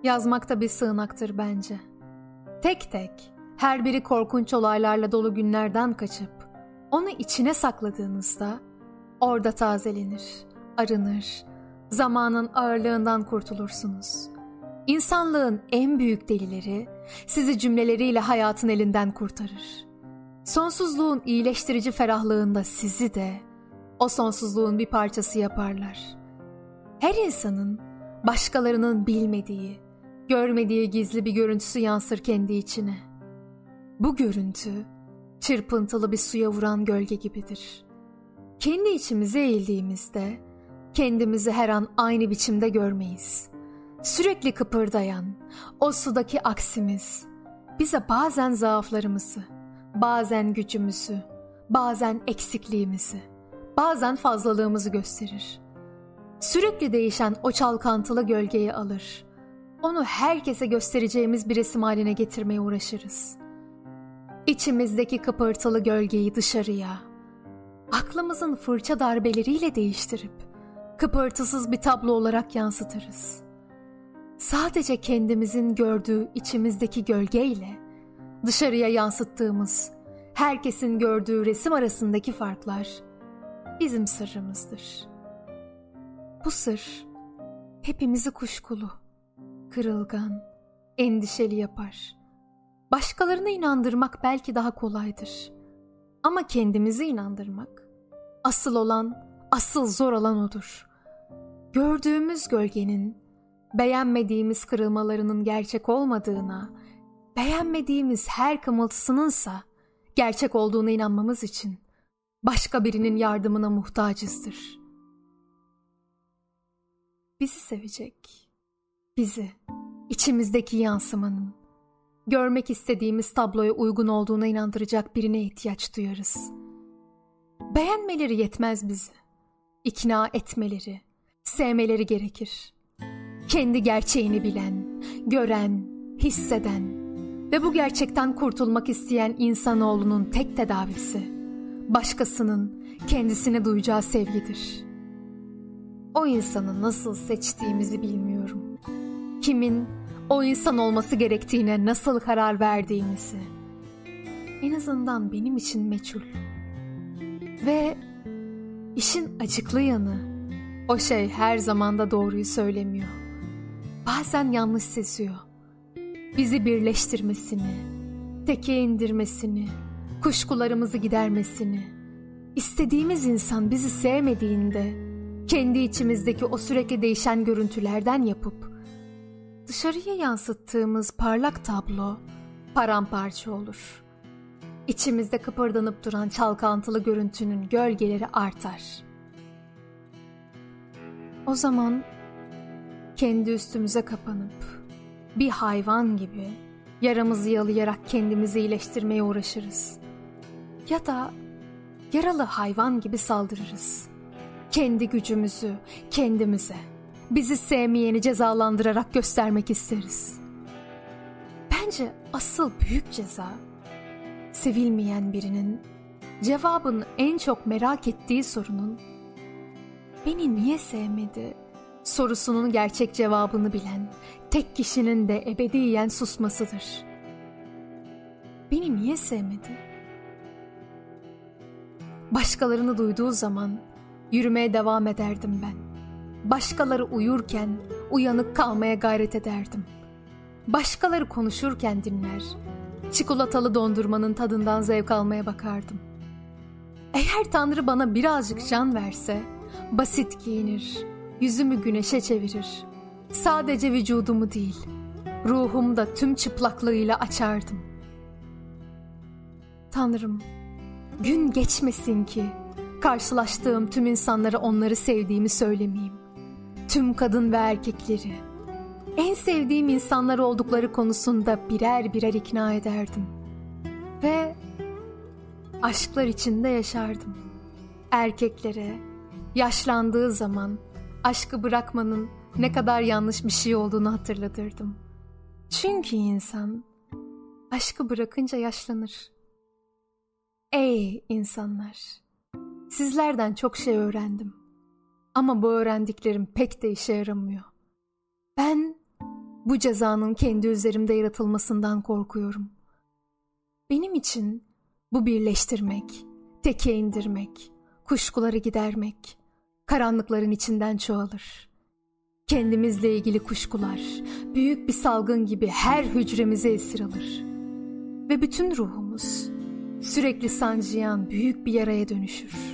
Yazmak da bir sığınaktır bence. Tek tek, her biri korkunç olaylarla dolu günlerden kaçıp, onu içine sakladığınızda, orada tazelenir, arınır, zamanın ağırlığından kurtulursunuz. İnsanlığın en büyük delileri, sizi cümleleriyle hayatın elinden kurtarır. Sonsuzluğun iyileştirici ferahlığında sizi de, o sonsuzluğun bir parçası yaparlar. Her insanın, başkalarının bilmediği, görmediği gizli bir görüntüsü yansır kendi içine. Bu görüntü, çırpıntılı bir suya vuran gölge gibidir. Kendi içimize eğildiğimizde, kendimizi her an aynı biçimde görmeyiz. Sürekli kıpırdayan, o sudaki aksimiz, bize bazen zaaflarımızı, bazen gücümüzü, bazen eksikliğimizi, bazen fazlalığımızı gösterir. Sürekli değişen o çalkantılı gölgeyi alır, onu herkese göstereceğimiz bir resim haline getirmeye uğraşırız. İçimizdeki kıpırtılı gölgeyi dışarıya, aklımızın fırça darbeleriyle değiştirip, kıpırtısız bir tablo olarak yansıtırız. Sadece kendimizin gördüğü içimizdeki gölgeyle, dışarıya yansıttığımız, herkesin gördüğü resim arasındaki farklar, bizim sırrımızdır. Bu sır, hepimizi kuşkulu, kırılgan, endişeli yapar. Başkalarını inandırmak belki daha kolaydır. Ama kendimizi inandırmak, asıl zor olan odur. Gördüğümüz gölgenin, beğenmediğimiz kırılmalarının gerçek olmadığına, beğenmediğimiz her kımıltısınınsa gerçek olduğuna inanmamız için başka birinin yardımına muhtacızdır. Bizi sevecek, bizi, içimizdeki yansımanın, görmek istediğimiz tabloya uygun olduğuna inandıracak birine ihtiyaç duyarız. Beğenmeleri yetmez bizi, ikna etmeleri, sevmeleri gerekir. Kendi gerçeğini bilen, gören, hisseden ve bu gerçekten kurtulmak isteyen insanoğlunun tek tedavisi, başkasının kendisine duyacağı sevgidir. O insanı nasıl seçtiğimizi bilmiyorum. Kimin o insan olması gerektiğine nasıl karar verdiğimizi. En azından benim için meçhul. Ve işin acıklı yanı, o şey her zaman da doğruyu söylemiyor. Bazen yanlış seziyor. Bizi birleştirmesini, teke indirmesini, kuşkularımızı gidermesini, istediğimiz insan bizi sevmediğinde, kendi içimizdeki o sürekli değişen görüntülerden yapıp, dışarıya yansıttığımız parlak tablo paramparça olur. İçimizde kıpırdanıp duran çalkantılı görüntünün gölgeleri artar. O zaman kendi üstümüze kapanıp bir hayvan gibi yaramızı yalayarak kendimizi iyileştirmeye uğraşırız. Ya da yaralı hayvan gibi saldırırız. Kendi gücümüzü kendimize, bizi sevmeyeni cezalandırarak göstermek isteriz. Bence asıl büyük ceza, sevilmeyen birinin cevabını en çok merak ettiği sorunun "Beni niye sevmedi?" sorusunun gerçek cevabını bilen tek kişinin de ebediyen susmasıdır. Beni niye sevmedi? Başkalarını duyduğu zaman yürümeye devam ederdim ben. Başkaları uyurken uyanık kalmaya gayret ederdim. Başkaları konuşurken dinler, çikolatalı dondurmanın tadından zevk almaya bakardım. Eğer Tanrı bana birazcık can verse, basit giyinir, yüzümü güneşe çevirir. Sadece vücudumu değil, ruhumu da tüm çıplaklığıyla açardım. Tanrım, gün geçmesin ki karşılaştığım tüm insanlara onları sevdiğimi söylemeyeyim. Tüm kadın ve erkekleri, en sevdiğim insanlar oldukları konusunda birer birer ikna ederdim. Ve aşklar içinde yaşardım. Erkeklere yaşlandığı zaman aşkı bırakmanın ne kadar yanlış bir şey olduğunu hatırlatırdım. Çünkü insan aşkı bırakınca yaşlanır. Ey insanlar! Sizlerden çok şey öğrendim. Ama bu öğrendiklerim pek de işe yaramıyor. Ben Bu cezanın kendi üzerimde yaratılmasından korkuyorum. Benim için bu birleştirmek, teke indirmek, kuşkuları gidermek, karanlıkların içinden çoğalır. Kendimizle ilgili kuşkular, büyük bir salgın gibi her hücremize esir alır. Ve bütün ruhumuz sürekli sancıyan büyük bir yaraya dönüşür.